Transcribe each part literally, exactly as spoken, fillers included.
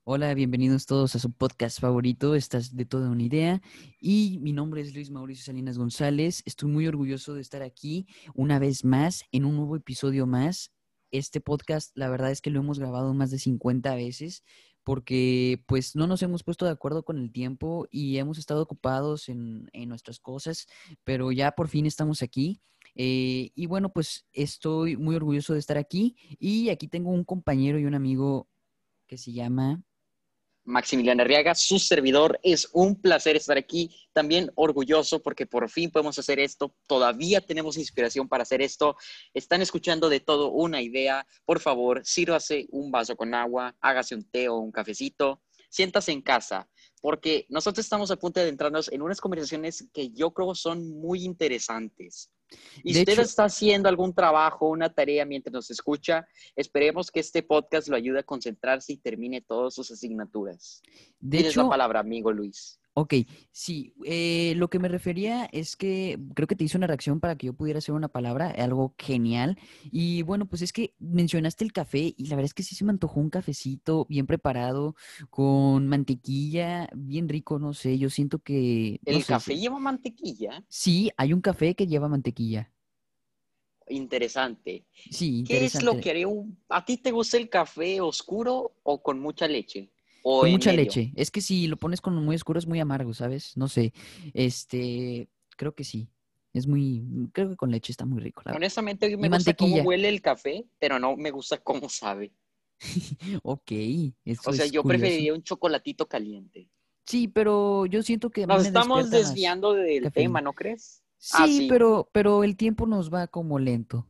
Hola, bienvenidos todos a su podcast favorito, Estás de toda una idea. Y mi nombre es Luis Mauricio Salinas González. Estoy muy orgulloso de estar aquí una vez más en un nuevo episodio más. Este podcast, la verdad es que lo hemos grabado más de cincuenta veces porque pues no nos hemos puesto de acuerdo con el tiempo y hemos estado ocupados en, en nuestras cosas, pero ya por fin estamos aquí. Eh, y bueno, pues estoy muy orgulloso de estar aquí y aquí tengo un compañero y un amigo que se llama... Maximiliano Arriaga, su servidor. Es un placer estar aquí, también orgulloso porque por fin podemos hacer esto, todavía tenemos inspiración para hacer esto. Están escuchando de todo una idea. Por favor, sírvase un vaso con agua, hágase un té o un cafecito, siéntase en casa, porque nosotros estamos a punto de adentrarnos en unas conversaciones que yo creo son muy interesantes. Y De si usted hecho, está haciendo algún trabajo, una tarea mientras nos escucha, esperemos que este podcast lo ayude a concentrarse y termine todas sus asignaturas. de Tienes la hecho, palabra, amigo Luis. ok, sí, eh, lo que me refería es que creo que te hice una reacción para que yo pudiera hacer una palabra, algo genial. Y bueno, pues es que mencionaste el café y la verdad es que sí se me antojó un cafecito bien preparado, con mantequilla, bien rico, no sé, yo siento que, no ¿El sé, café se- lleva mantequilla? sí, hay un café que lleva mantequilla. Interesante. Sí, ¿Qué es lo que interesante. haría un... ¿A ti te gusta el café oscuro o con mucha leche? ¿O Con en mucha medio? leche. Es que si lo pones con muy oscuro es muy amargo, ¿sabes? No sé. Este, creo que sí. Es muy, creo que con leche está muy rico, la verdad. Honestamente, a mí Y me gusta cómo mantequilla. huele el café, pero no me gusta cómo sabe. Ok, eso O sea, es yo curioso. preferiría un chocolatito caliente. Sí, pero yo siento que a mí Nos me estamos despierta más desviando del tema, cafeína. ¿no crees? Ah, Sí, sí, pero, pero el tiempo nos va como lento.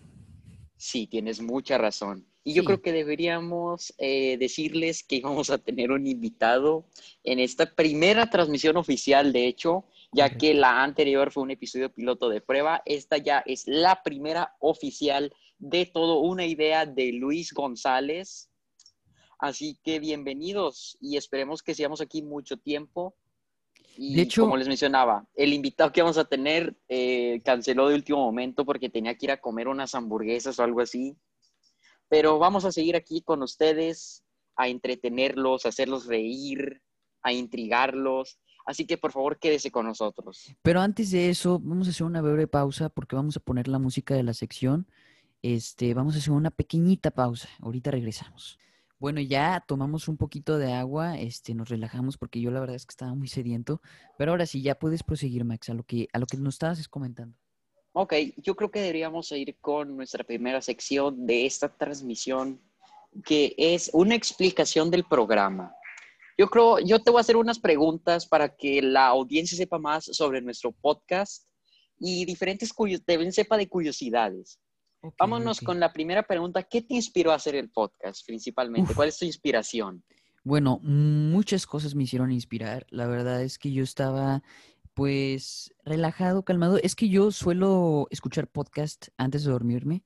sí, tienes mucha razón. Y yo Sí, creo que deberíamos eh, decirles que íbamos a tener un invitado en esta primera transmisión oficial, de hecho, ya que correcto. la anterior fue un episodio piloto de prueba. Esta ya es la primera oficial de todo una idea de Luis González. Así que bienvenidos y esperemos que sigamos aquí mucho tiempo. De Y como hecho, les mencionaba, el invitado que vamos a tener eh, canceló de último momento porque tenía que ir a comer unas hamburguesas o algo así. Pero vamos a seguir aquí con ustedes, a entretenerlos, a hacerlos reír, a intrigarlos. Así que por favor quédese con nosotros. pero antes de eso, vamos a hacer una breve pausa porque vamos a poner la música de la sección. Este, vamos a hacer una pequeñita pausa. Ahorita regresamos. Bueno, ya tomamos un poquito de agua, este, nos relajamos porque yo la verdad es que estaba muy sediento. Pero ahora sí, ya puedes proseguir, Max, a lo que, a lo que nos estabas comentando. Ok, yo creo que deberíamos ir con nuestra primera sección de esta transmisión, que es una explicación del programa. Yo creo, yo te voy a hacer unas preguntas para que la audiencia sepa más sobre nuestro podcast y diferentes curios, también sepa de curiosidades. Ok, ok. Vámonos con la primera pregunta. ¿Qué te inspiró a hacer el podcast principalmente? Uf, ¿Cuál es tu inspiración? bueno, muchas cosas me hicieron inspirar. La verdad es que yo estaba, pues, relajado, calmado. Es que yo suelo escuchar podcast antes de dormirme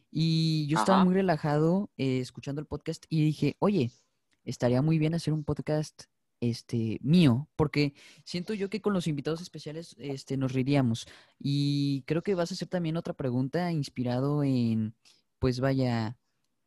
y yo estaba Ajá. muy relajado eh, escuchando el podcast y dije, oye, estaría muy bien hacer un podcast este mío, porque siento yo que con los invitados especiales este nos reiríamos y creo que vas a hacer también otra pregunta inspirado en pues vaya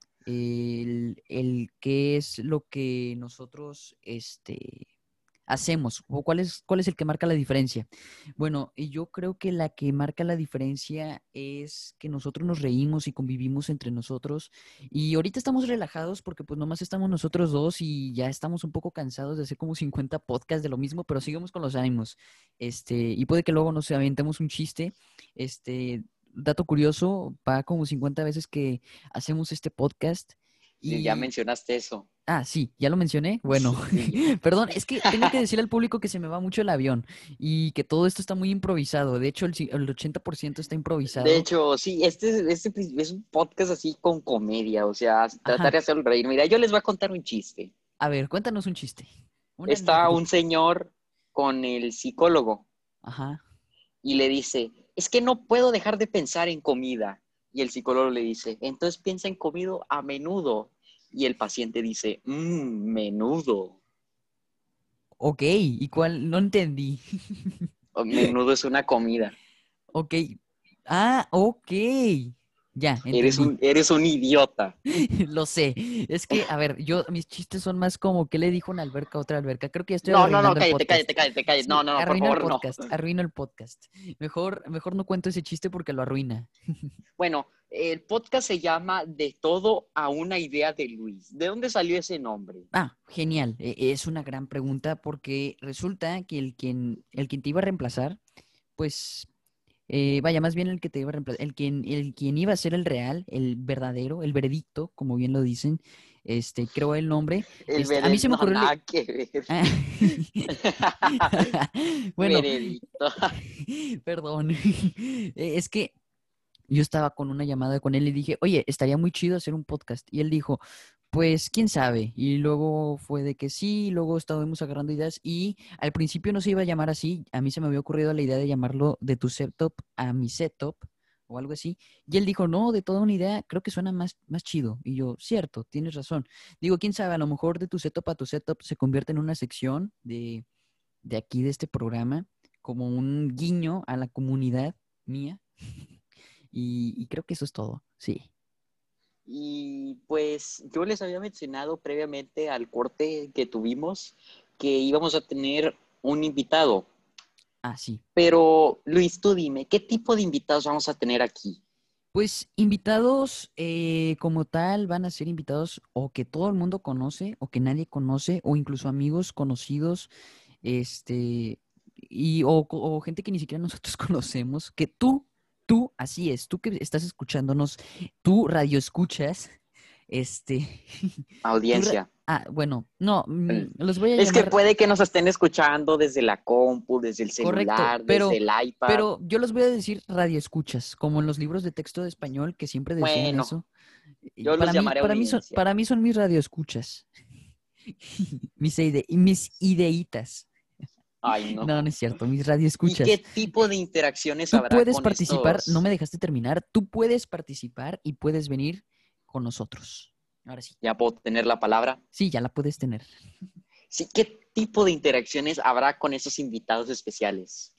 el, el qué es lo que nosotros este hacemos o cuál es cuál es el que marca la diferencia. Bueno, y yo creo que la que marca la diferencia es que nosotros nos reímos y convivimos entre nosotros y ahorita estamos relajados porque pues nomás estamos nosotros dos y ya estamos un poco cansados de hacer como cincuenta podcasts de lo mismo, pero sigamos con los ánimos. Este, y puede que luego nos aventemos un chiste. Este, dato curioso, va como cincuenta veces que hacemos este podcast Sí, ya y mencionaste eso. ah, sí, ya lo mencioné. Bueno, Sí. perdón, es que tengo que decirle al público que se me va mucho el avión y que todo esto está muy improvisado. De hecho, el, ci- el ochenta por ciento está De improvisado. hecho, sí, este, este es un podcast así con comedia, o sea, tratar Ajá. de hacerlo reír. Mira, yo les voy a contar un chiste. A ver, cuéntanos un chiste. Una Está un anécdota. señor con el psicólogo Ajá. y le dice, es que no puedo dejar de pensar en comida. Y el psicólogo le dice, entonces piensa en comido a menudo. Y el paciente dice, mmm, menudo. Ok, ¿y cuál? No entendí. Menudo es una comida. Ok. Ah, ok. Ya, Eres entendí. un, eres un idiota. Lo sé. Es que, a ver, yo, mis chistes son más como ¿qué le dijo una alberca a otra alberca? Creo que ya estoy No, no, no, arruinando el cállate, podcast. cállate, cállate, cállate. No, Sí, no, no, por arruino el favor, no. podcast, arruino el podcast. Mejor, mejor no cuento ese chiste porque lo arruina. Bueno, el podcast se llama De todo a una idea de Luis. ¿De dónde salió ese nombre? Ah, genial. E- Es una gran pregunta porque resulta que el quien, el quien te iba a reemplazar, pues, eh, vaya, más bien el que te iba a reemplazar, el quien, el quien iba a ser el real, el verdadero, el veredicto, como bien lo dicen, este, creo el nombre. El Este, a mí se veredicto, me no, ocurrió. le- nada que ver. Ah, Bueno, Veredicto. perdón. Eh, Es que yo estaba con una llamada con él y dije, oye, estaría muy chido hacer un podcast. Y él dijo, pues quién sabe. Y luego fue de que sí, y luego estábamos agarrando ideas. Y al principio no se iba a llamar así. A mí se me había ocurrido la idea de llamarlo de tu setup a mi setup o algo así. Y él dijo, no, de toda una idea, creo que suena más, más chido. Y yo, cierto, tienes razón. Digo, quién sabe, a lo mejor de tu setup a tu setup se convierte en una sección de, de aquí, de este programa, como un guiño a la comunidad mía. Y, y creo que eso es todo, sí. Y pues yo les había mencionado previamente al corte que tuvimos que íbamos a tener un invitado. Ah, sí. Pero Luis, tú dime, ¿qué tipo de invitados vamos a tener aquí? Pues invitados eh, como tal van a ser invitados o que todo el mundo conoce o que nadie conoce o incluso amigos conocidos, este, y o, co- o gente que ni siquiera nosotros conocemos, que tú, tú, así es, tú que estás escuchándonos, tú radio escuchas, este, tú, ra- Audiencia. ah, bueno, no, mm, los voy a Es que llamar. puede que nos estén escuchando desde la compu, desde el Correcto, celular, desde pero, el iPad. pero yo los voy a decir radioescuchas, como en los libros de texto de español que siempre decían Bueno, eso. Y yo los Para mí, llamaré para mí son, audiencia. para mí son mis radioescuchas, mis ide- mis ideitas. Ay, no. No, no es cierto, mis ¿Y qué radioescuchas. tipo de interacciones Tú habrá puedes con participar, no me estos? dejaste terminar, tú puedes participar y puedes venir con nosotros. Ahora sí, Ya puedo tener la palabra. sí, ya la puedes tener. Sí, ¿qué tipo de interacciones habrá con esos invitados especiales?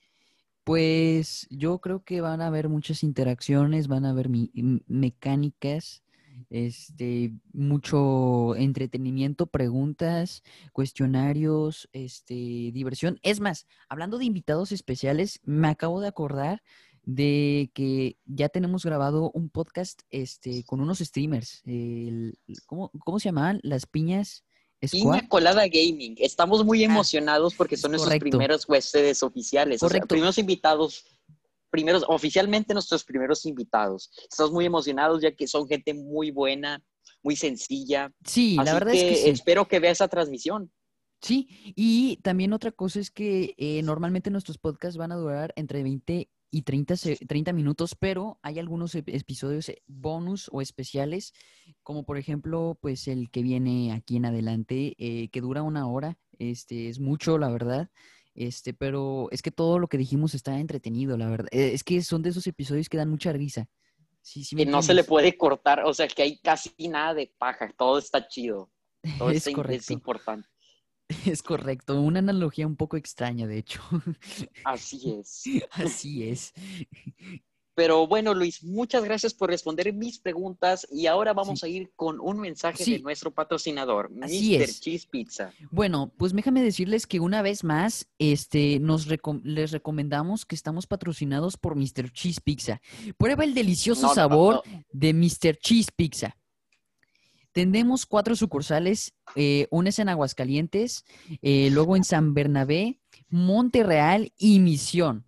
Pues yo creo que van a haber muchas interacciones, van a haber mi- m- mecánicas, este, mucho entretenimiento, preguntas, cuestionarios, este, diversión. Es más, hablando de invitados especiales, me acabo de acordar de que ya tenemos grabado un podcast, este, con unos streamers. El- ¿cómo, cómo se llamaban? Las Piñas Squad. Piña Colada Gaming. Estamos muy Ah, emocionados porque es son nuestros correcto, primeros huéspedes oficiales, o sea, correcto. primeros invitados, primeros, oficialmente nuestros primeros invitados. Estamos muy emocionados ya que son gente muy buena, muy sencilla. Sí, la Así verdad es que que sí. espero que vea esa transmisión. Sí, y también otra cosa es que eh, normalmente nuestros podcasts van a durar entre veinte y treinta, se- treinta minutos, pero hay algunos ep- episodios eh, bonus o especiales, como por ejemplo, pues el que viene aquí en adelante, eh, que dura una hora. Este, es mucho, la verdad. Este, pero es que todo lo que dijimos está entretenido, la verdad. Eh, es que son de esos episodios que dan mucha risa. Sí, sí me Que no se le entiendes. puede cortar, o sea, que hay casi nada de paja, todo está chido, todo Es está, es correcto, importante. es correcto. Una analogía un poco extraña, de hecho. Así es. Así es. Pero bueno, Luis, muchas gracias por responder mis preguntas y ahora Sí, vamos a ir con un mensaje de sí, nuestro patrocinador, así míster es. Cheese Pizza. Bueno, pues déjame decirles que una vez más, este, nos recom- les recomendamos que estamos patrocinados por míster Cheese Pizza. Prueba el delicioso No, no, no, sabor no. de míster Cheese Pizza. Tenemos cuatro sucursales, eh, una es en Aguascalientes, eh, luego en San Bernabé, Monterreal y Misión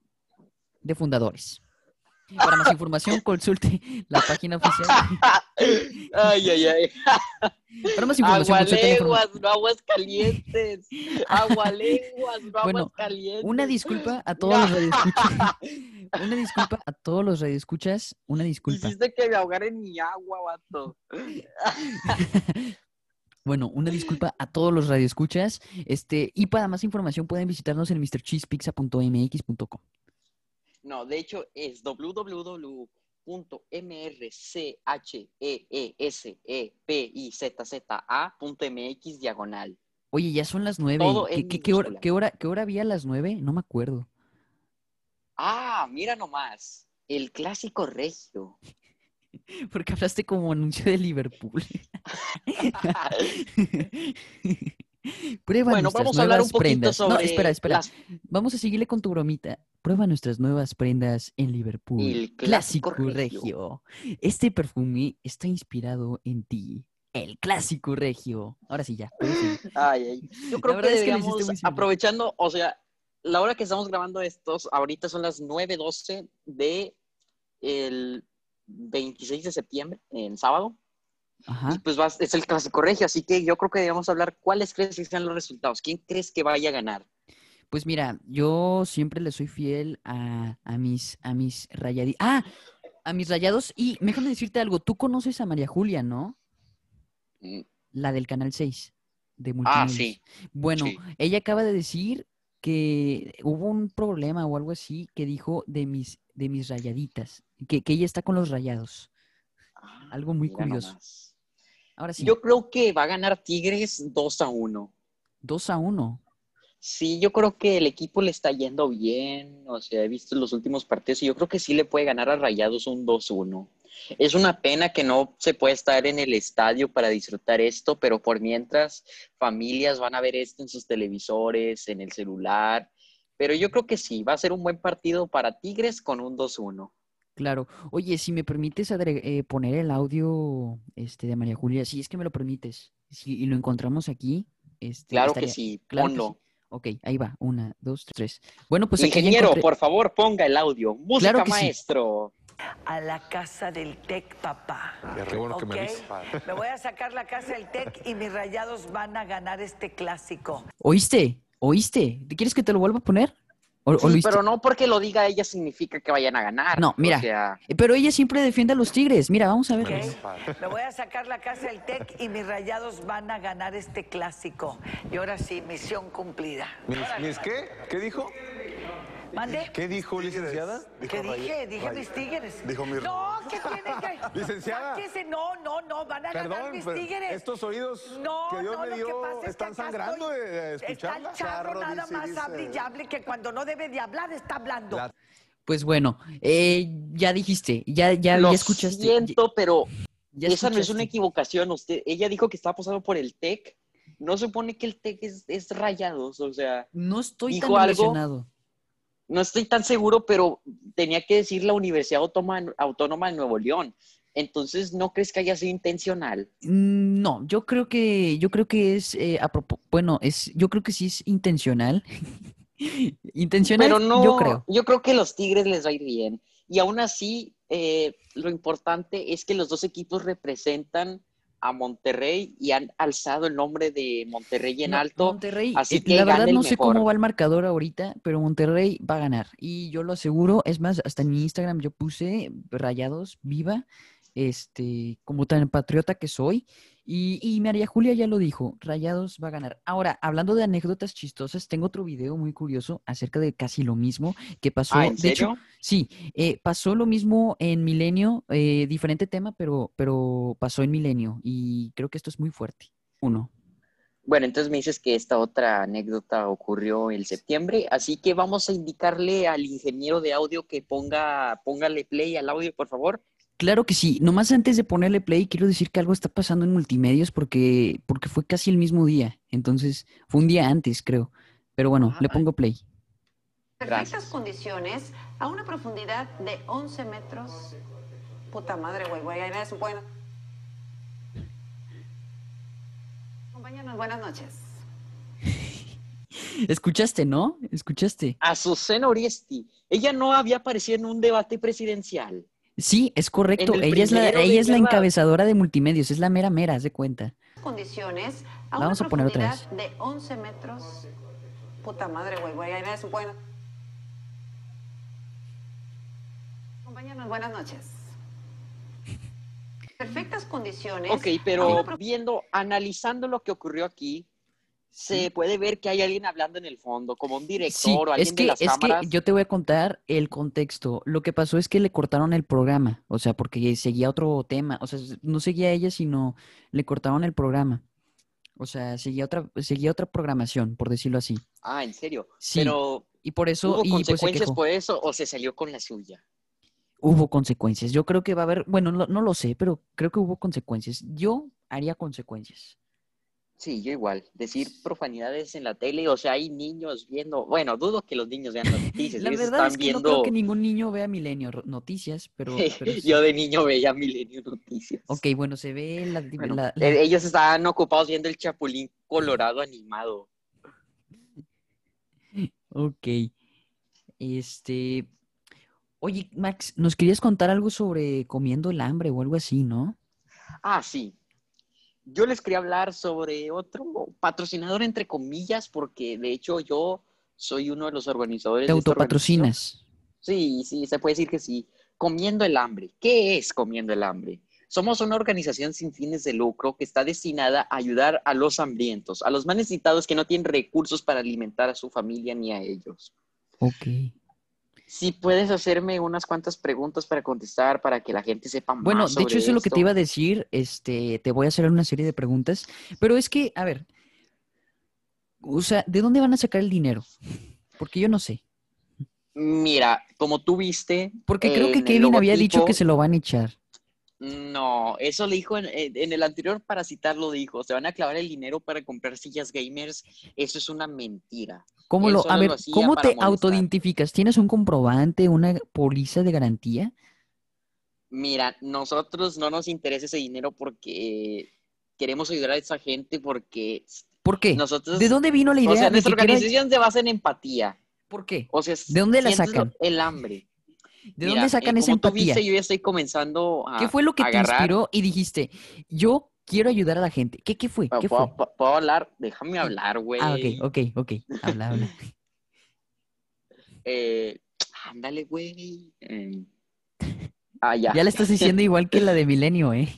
de Fundadores. Para más información, consulte la página oficial. Ay, ay, ay. Para más información, consulte la información. Agualenguas, no aguas calientes. Agualenguas, no aguas Bueno, una calientes. disculpa a todos No. los radioescuchas. Una disculpa a todos los radioescuchas. Una disculpa. Hiciste que me ahogara en mi agua, vato. Bueno, una disculpa a todos los radioescuchas. Este, y para más información pueden visitarnos en mister cheese pizza punto m x punto com. No, de hecho es w w w punto m r c h e e s e p i z z a punto m x diagonal. Oye, ya son las nueve. Todo ¿Qué, en qué, qué hora, minúscula. qué hora, qué hora había a las nueve? No me acuerdo. Ah, mira nomás. El clásico regio. Porque hablaste como anuncio de Liverpool. Prueba Bueno, nuestras vamos a hablar un nuevas poquito prendas. No, espera, sobre espera. las, Vamos a seguirle con tu bromita. Prueba nuestras nuevas prendas en Liverpool. el clásico Clásico regio. Regio. Este perfume está inspirado en ti. El clásico Regio. Ahora sí, ya, puedes seguir. Ay, ay. Yo La creo que verdad es que lo hiciste deberíamos, muy simple. aprovechando, o sea, la hora que estamos grabando estos, ahorita son las nueve doce de el veintiséis de septiembre, en sábado. Y Ajá. pues va, es el clásico regio, así que yo creo que debemos hablar cuáles crees que sean los resultados. ¿Quién crees que vaya a ganar? Pues mira, yo siempre le soy fiel a, a mis, a mis rayaditos. Ah, a mis rayados. Y déjame decirte algo. Tú conoces a María Julia, ¿no? Mm, La del Canal seis de Ah, Multimedios. sí, Bueno, sí. ella acaba de decir que hubo un problema o algo así que dijo de mis, de mis rayaditas, que, que ella está con los rayados. Ah, Algo muy mira curioso. nomás. Ahora sí, Yo creo que va a ganar Tigres dos a uno. dos a uno. Sí, yo creo que el equipo le está yendo bien, o sea, he visto los últimos partidos y yo creo que sí le puede ganar a Rayados un dos uno. Es una pena que no se pueda estar en el estadio para disfrutar esto, pero por mientras familias van a ver esto en sus televisores, en el celular, pero yo creo que sí, va a ser un buen partido para Tigres con un dos uno. Claro. Oye, si me permites agre- eh, poner el audio este, de María Julia, si es que me lo permites, si, y lo encontramos aquí, este, Claro que estaría, sí, claro que sí. ponlo. Ok, ahí va, una, dos, tres. Bueno, pues aquí ya Ingeniero, encontré, por favor, ponga el audio. claro Música, que sí. maestro. A la casa del TEC, papá. Qué bueno que ¿Ok? me avisas. Me voy a sacar la casa del TEC y mis rayados van a ganar este clásico. ¿Oíste? ¿Oíste? ¿Te quieres que te lo vuelva a poner? ¿O, o lo Sí, oíste? pero no porque lo diga ella significa que vayan a ganar. No, O mira, sea, eh, pero ella siempre defiende a los Tigres. Mira, vamos a ¿Ok? ver. Me voy a sacar la casa del TEC y mis rayados van a ganar este clásico. Y ahora sí, misión cumplida. ¿Mis, mis qué? ¿Qué dijo? ¿Mande? ¿Qué dijo, licenciada? ¿Qué dije? Dije mis tigres. Dijo mi- No, ¿qué tiene que...? Licenciada. Sáquese. No, no, no, van a ganar Perdón, mis pero tigres. estos oídos No, que Dios no, me lo dio que pasa es que están acá sangrando estoy- de, de escucharla. Está el charro Charro nada dice, más dice. hable y hable que cuando no debe de hablar está hablando. La- Pues bueno, eh, ya dijiste, ya, ya, lo ya escuchaste. Ya, siento, pero ya esa no es una escuchaste. equivocación. Usted, ella dijo que estaba pasando por el TEC. No supone que el TEC es, es Rayados. O sea, No estoy tan dijo algo. relacionado. No estoy tan seguro, pero tenía que decir la Universidad Autónoma, Autónoma de Nuevo León. Entonces, ¿no crees que haya sido intencional? Mm, No, yo creo que, yo creo que es, eh, a propo- bueno, es, yo creo que sí es intencional. Intencional, Pero yo no, creo. yo creo que a los Tigres les va a ir bien. Y aún así, eh, lo importante es que los dos equipos representan a Monterrey y han alzado el nombre de Monterrey en No, alto, Monterrey, así eh, que la verdad gane el no sé cómo mejor. va el marcador ahorita, pero Monterrey va a ganar. Y yo lo aseguro, es más, hasta en mi Instagram yo puse Rayados, viva, este, como tan patriota que soy. Y, y María Julia ya lo dijo, Rayados va a ganar. Ahora, hablando de anécdotas chistosas, tengo otro video muy curioso acerca de casi lo mismo que Ah, pasó. ¿en De hecho, serio? sí, eh, pasó lo mismo en Milenio, eh, diferente tema, pero, pero pasó en Milenio. Y creo que esto es muy fuerte. Uno. Bueno, entonces me dices que esta otra anécdota ocurrió en septiembre, así que vamos a indicarle al ingeniero de audio que ponga, póngale play al audio, por favor. Claro que sí. Nomás antes de ponerle play, quiero decir que algo está pasando en multimedios porque, porque fue casi el mismo día. Entonces, fue un día antes, creo. Pero bueno, le Ah, pongo play. Perfectas gracias. condiciones, a una profundidad de once metros. Puta madre, güey, güey, ahí es bueno. Compañeros, buenas noches. ¿Escuchaste, no? ¿Escuchaste? Azucena Oriesti, ella no había aparecido en un debate presidencial. Sí, es En correcto. el Ella es la, primero, ella de es la verdad. encabezadora de multimedios, es la mera mera, haz de cuenta. Condiciones, a La una vamos a poner otra profundidad de once metros. Puta madre, güey, güey, ahí es bueno. Compañeros, buenas noches. Perfectas condiciones. Ok, a pero una pro- viendo, analizando lo que ocurrió aquí, Sí. se puede ver que hay alguien hablando en el fondo, como un director Sí, o es alguien de que, las es que cámaras. yo te voy a contar el contexto. Lo que pasó es que le cortaron el programa, o sea, porque seguía otro tema, o sea, no seguía ella, sino le cortaron el programa. O sea, seguía otra, seguía otra programación, por decirlo así. Ah, en serio. Sí, Pero, y por eso, ¿hubo y pues se consecuencias quejó. por eso o se salió con la suya? hubo consecuencias. Yo creo que va a haber, bueno, no, no lo sé, pero creo que hubo consecuencias. Yo haría consecuencias. Sí, yo igual. Decir profanidades en la tele, o sea, hay niños viendo, bueno, dudo que los niños vean noticias, La ellos verdad es están que no creo que viendo, ningún niño vea Milenio Ro- Noticias, pero, pero sí. yo de niño veía Milenio Noticias. Ok, bueno, se ve la, Bueno, la- la- e- ellos estaban ocupados viendo el Chapulín Colorado animado. Ok. Este... Oye, Max, nos querías contar algo sobre comiendo el hambre o algo así, ¿no? Ah, sí. Yo les quería hablar sobre otro patrocinador, entre comillas, porque de hecho yo soy uno de los Te organizadores de esta organización. autopatrocinas. Sí, sí, se puede decir que sí. Comiendo el hambre. ¿Qué es Comiendo el hambre? Somos una organización sin fines de lucro que está destinada a ayudar a los hambrientos, a los más necesitados que no tienen recursos para alimentar a su familia ni a ellos. Ok. Si puedes hacerme unas cuantas preguntas para contestar, para que la gente sepa Bueno, más de hecho, eso sobre es lo que te iba esto. a decir. Este, te voy a hacer una serie de preguntas. Pero es que, a ver, o sea, ¿de dónde van a sacar el dinero? Porque yo no sé. Mira, como tú viste Porque creo que en el Kevin había dicho que logotipo, se lo van a echar. no, eso le dijo en, en el anterior para citarlo, dijo, se van a clavar el dinero para comprar sillas gamers. Eso es una mentira. ¿Cómo Él lo, a solo lo ver, hacía cómo para te molestar. autoidentificas? ¿Tienes un comprobante, una póliza de garantía? Mira, nosotros no nos interesa ese dinero porque queremos ayudar a esa gente porque ¿Por qué? ¿De nosotros, dónde vino la o sea, idea de nuestra que quiero... ay- organización se basa en empatía. ¿Por qué? O sea, ¿De dónde la sientes lo- sacan? el hambre. ¿De dónde Mira, eh, sacan esa como tú viste, empatía? yo ya estoy comenzando ¿Qué a, fue lo que a te agarrar. inspiró y dijiste, yo quiero ayudar a la gente? ¿Qué, qué fue? ¿Qué ¿Puedo, fue? puedo- puedo hablar? Déjame Sí. hablar, Ah, ok, güey. ok, ok. Habla, habla. Eh, ándale, güey. Eh, ah, ya. Ya le estás diciendo igual que la de Milenio, ¿eh?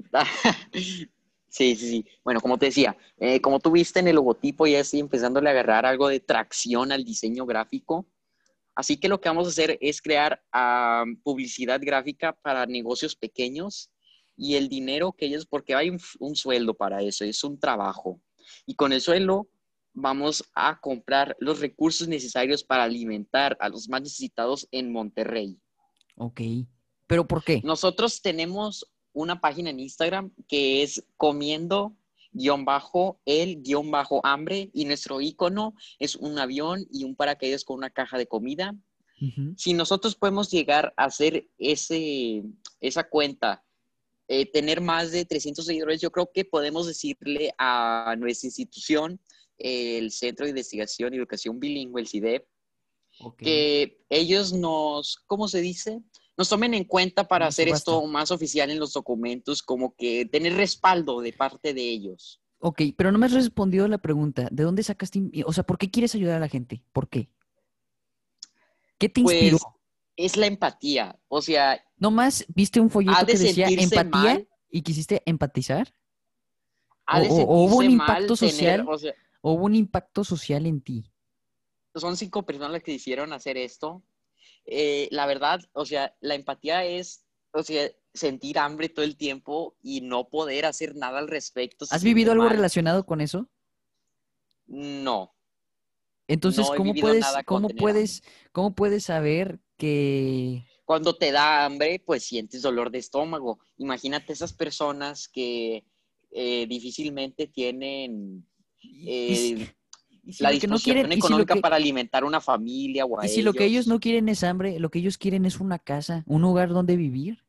Sí, sí, sí. Bueno, como te decía, eh, como tú viste en el logotipo, ya estoy empezándole a agarrar algo de tracción al diseño gráfico. Así que lo que vamos a hacer es crear ah, publicidad gráfica para negocios pequeños y el dinero que ellos, porque hay un, un sueldo para eso, es un trabajo. Y con el sueldo vamos a comprar los recursos necesarios para alimentar a los más necesitados en Monterrey. Ok. ¿Pero por qué? Nosotros tenemos una página en Instagram que es comiendo guión bajo el guión bajo hambre y nuestro icono es un avión y un paracaídas con una caja de comida. Ujú. Si nosotros podemos llegar a hacer ese, esa cuenta, eh, tener más de trescientos seguidores, yo creo que podemos decirle a nuestra institución, eh, el Centro de Investigación y Educación Bilingüe, el C I D E P, Ok. que ellos nos, ¿cómo se dice? Nos tomen en cuenta para Una hacer subasta. esto más oficial en los documentos, como que tener respaldo de parte de ellos. Ok, pero no me has respondido la pregunta. ¿De dónde sacaste? in- O sea, ¿por qué quieres ayudar a la gente? ¿Por qué? ¿Qué te inspiró? Pues es la empatía, o sea, ¿Nomás viste un ha folleto de que decía sentirse empatía mal, y quisiste empatizar? ¿O, ha de o- o hubo un sentirse impacto mal tener, social? o sea, ¿O hubo un impacto social en ti? son cinco personas las que hicieron hacer esto. Eh, la verdad, o sea, la empatía es, o sea, sentir hambre todo el tiempo y no poder hacer nada al respecto se ¿Has siente vivido algo mal. relacionado con eso? No, Entonces, no he ¿cómo vivido puedes, nada con cómo tener hambre. puedes, cómo puedes saber que... Cuando te da hambre, pues sientes dolor de estómago. Imagínate esas personas que eh, difícilmente tienen Y, y si, eh, y si la lo que no quieren, disposición y si lo económica que, para alimentar una familia o a y si lo que ellos ellos. no quieren es hambre, lo que ellos quieren es una casa, un lugar donde vivir.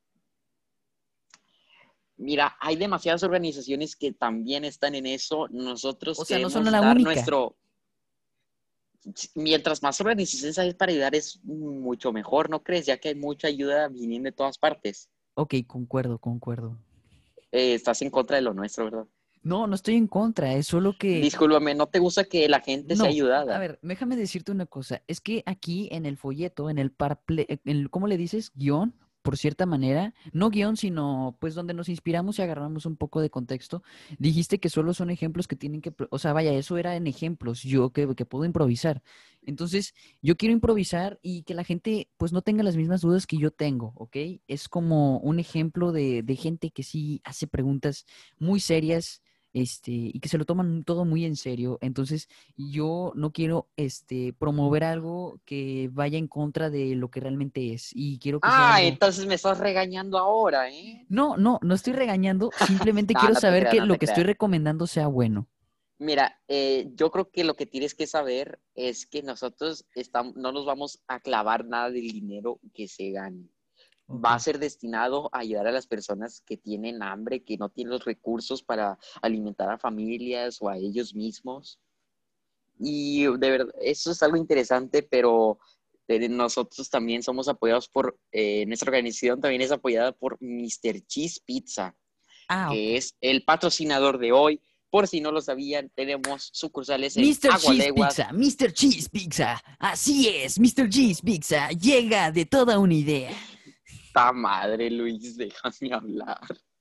Mira, hay demasiadas organizaciones que también están en eso. Nosotros O sea, no son queremos la dar única. nuestro... Mientras más organizaciones hay para ayudar es mucho mejor, ¿no crees? Ya que hay mucha ayuda viniendo de todas partes. Ok, concuerdo, concuerdo. Eh, estás en contra de lo nuestro, ¿verdad? No, no estoy en contra, es solo que... Discúlpame, ¿no te gusta que la gente sea No, a ayudada? ver, déjame decirte una cosa. Es que aquí en el folleto, en el parple, en el- ¿cómo le dices? Guión, por cierta manera. No guión, sino pues donde nos inspiramos y agarramos un poco de contexto. Dijiste que solo son ejemplos que tienen que, pro- o sea, vaya, eso era en ejemplos, yo que, que puedo improvisar. Entonces, yo quiero improvisar y que la gente pues no tenga las mismas dudas que yo tengo, ¿ok? Es como un ejemplo de, de gente que sí hace preguntas muy serias este, y que se lo toman todo muy en serio. Entonces, yo no quiero este, promover algo que vaya en contra de lo que realmente es. Y quiero que sea Ah, algo. entonces me estás regañando ahora, ¿eh? No, no, no estoy regañando. Simplemente No, quiero no te saber creas, que no lo te que estoy creas. recomendando sea bueno. Mira, eh, yo creo que lo que tienes que saber es que nosotros estamos, no nos vamos a clavar nada del dinero que se gane. Ok. Va a ser destinado a ayudar a las personas que tienen hambre, que no tienen los recursos para alimentar a familias o a ellos mismos. Y de verdad, eso es algo interesante, pero eh, nosotros también somos apoyados por, eh, nuestra organización también es apoyada por míster Cheese Pizza, Ah, ok. que es el patrocinador de hoy. Por si no lo sabían, tenemos sucursales en míster Cheese Agualeguas. Pizza, míster Cheese Pizza. Así es, míster Cheese Pizza llega de toda una idea. ¡Ta madre, Luis! Déjame hablar.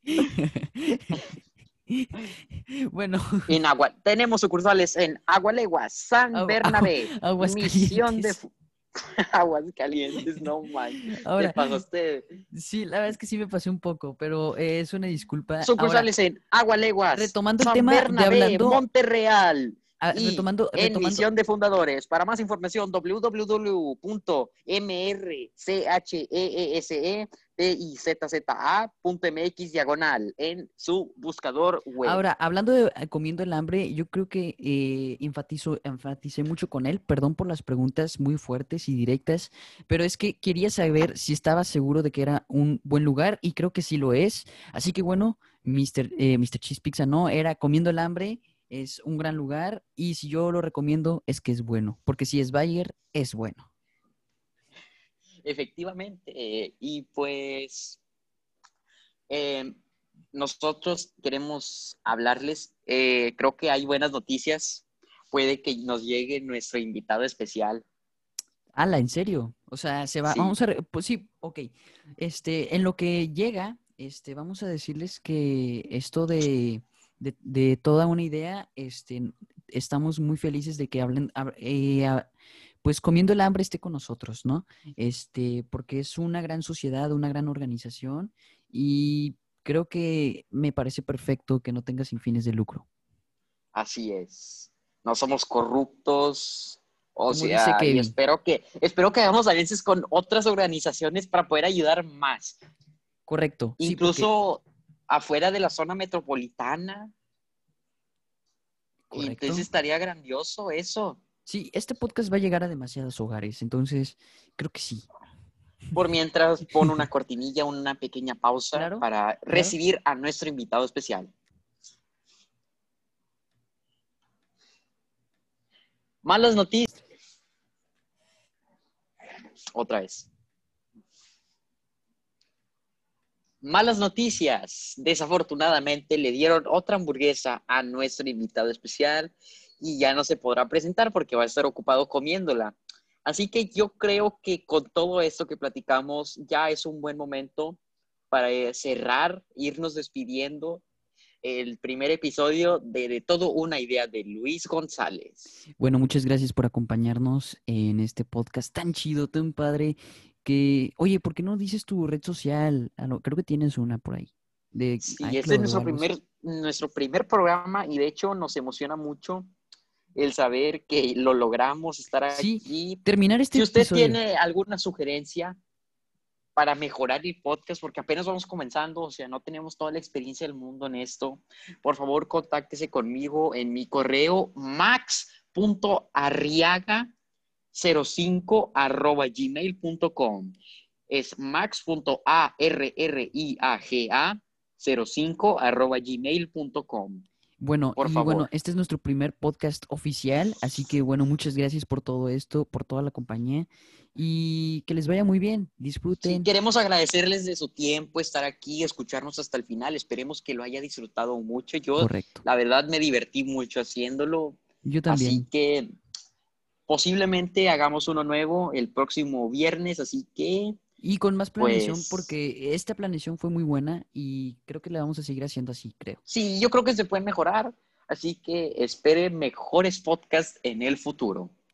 Bueno, En Agua, tenemos sucursales en Agualeguas, San agua- agua- Bernabé, aguas Misión de calientes. Fu- Aguas Calientes, no man, te Ahora, pasaste. sí, la verdad es que sí me pasé un poco, pero eh, es una disculpa. Ahora, Sucursales en Agualeguas, retomando el San tema de Bernabé, hablando, Monterreal ah, y retomando, en retomando, Misión de Fundadores. Para más información, w w w punto m r c h e e s e t i z z a punto m x diagonal en su buscador web. ahora, hablando de eh, comiendo el hambre, yo creo que eh, enfatizo, enfaticé mucho con él. Perdón por las preguntas muy fuertes y directas, pero es que quería saber si estaba seguro de que era un buen lugar y creo que sí lo es. Así que bueno, míster eh, míster Cheese Pizza no, era comiendo el hambre, es un gran lugar y si yo lo recomiendo es que es bueno, porque si es Bayer, es bueno. Efectivamente, eh, y pues eh, nosotros queremos hablarles, eh, creo que hay buenas noticias, puede que nos llegue nuestro invitado especial, Ala, ¿en serio? O sea, se va, sí, vamos a, re- pues sí, ok. Este, en lo que llega, este, vamos a decirles que esto de, de, de toda una idea, este, estamos muy felices de que hablen, hab- eh, a- pues comiendo el hambre esté con nosotros, ¿no? Este, porque es una gran sociedad, una gran organización y creo que me parece perfecto que no tenga sin fines de lucro. así es, no somos corruptos, o Como dice sea, y Kevin, espero que, espero que hagamos alianzas con otras organizaciones para poder ayudar más, correcto, sí, porque, incluso afuera de la zona metropolitana, y entonces correcto. estaría grandioso eso. Sí, este podcast va a llegar a demasiados hogares, entonces creo que sí. Por mientras, pon una cortinilla, una pequeña pausa Claro, para claro. recibir a nuestro invitado especial. Malas noticias. Otra vez. Malas noticias. Desafortunadamente le dieron otra hamburguesa a nuestro invitado especial y ya no se podrá presentar porque va a estar ocupado comiéndola. Así que yo creo que con todo esto que platicamos ya es un buen momento para eh, cerrar, irnos despidiendo el primer episodio de, de Todo una idea de Luis González. Bueno, muchas gracias por acompañarnos en este podcast tan chido, tan padre, que, oye, ¿por qué no dices tu red social? Ah, no, creo que tienes una por ahí, de Sí, este es iCloud o nuestro algo así. primer, nuestro primer programa y de hecho nos emociona mucho el saber que lo logramos estar Sí, aquí. terminar este Si usted episodio. tiene alguna sugerencia para mejorar el podcast, porque apenas vamos comenzando, o sea, no tenemos toda la experiencia del mundo en esto, por favor, contáctese conmigo en mi correo max punto arriaga cero cinco arroba gmail punto com. Es max punto arriaga cero cinco arroba gmail punto com. Bueno, Por y bueno, favor. este es nuestro primer podcast oficial, así que bueno, muchas gracias por todo esto, por toda la compañía y que les vaya muy bien, Sí, disfruten. queremos agradecerles de su tiempo, estar aquí, escucharnos hasta el final. Esperemos que lo haya disfrutado mucho. Yo, Correcto. la verdad, me divertí mucho haciéndolo. Yo Así también. que posiblemente hagamos uno nuevo el próximo viernes. Así que, Y con más planeación, pues, porque esta planeación fue muy buena y creo que la vamos a seguir haciendo así, creo. sí, yo creo que se puede mejorar. Así que espere mejores podcasts en el futuro.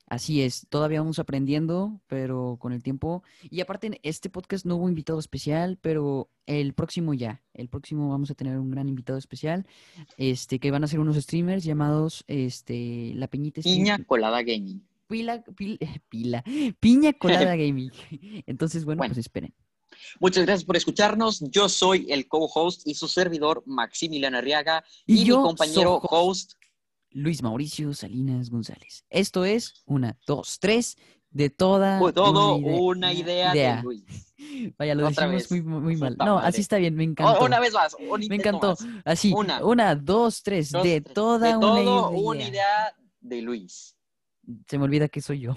Así es, todavía vamos aprendiendo, pero con el tiempo. Y aparte, en este podcast no hubo invitado especial, pero el próximo ya. El próximo vamos a tener un gran invitado especial, este, que van a ser unos streamers llamados, este, La Peñita Stream. Piña Colada Gaming. Pila, pil- pila, Piña Colada Gaming. Entonces, bueno, Bueno. pues esperen. Muchas gracias por escucharnos. Yo soy el co-host y su servidor Maximiliano Arriaga Y y, yo mi compañero soy host. Luis Mauricio Salinas González. Esto es una, dos, tres de toda Fue todo una idea. una idea, idea. de Luis. Vaya, lo Otra decimos vez. muy, muy mal. Puta No, madre. así está bien, me encantó. O- Una vez más, un Me intento encantó. más. Así, Una, una, dos, tres, dos, de tres. toda de una todo idea. una idea de Luis. Se me olvida que soy yo.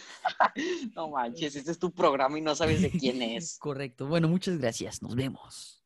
No manches, este es tu programa y no sabes de quién es. Correcto. Bueno, muchas gracias. Nos vemos.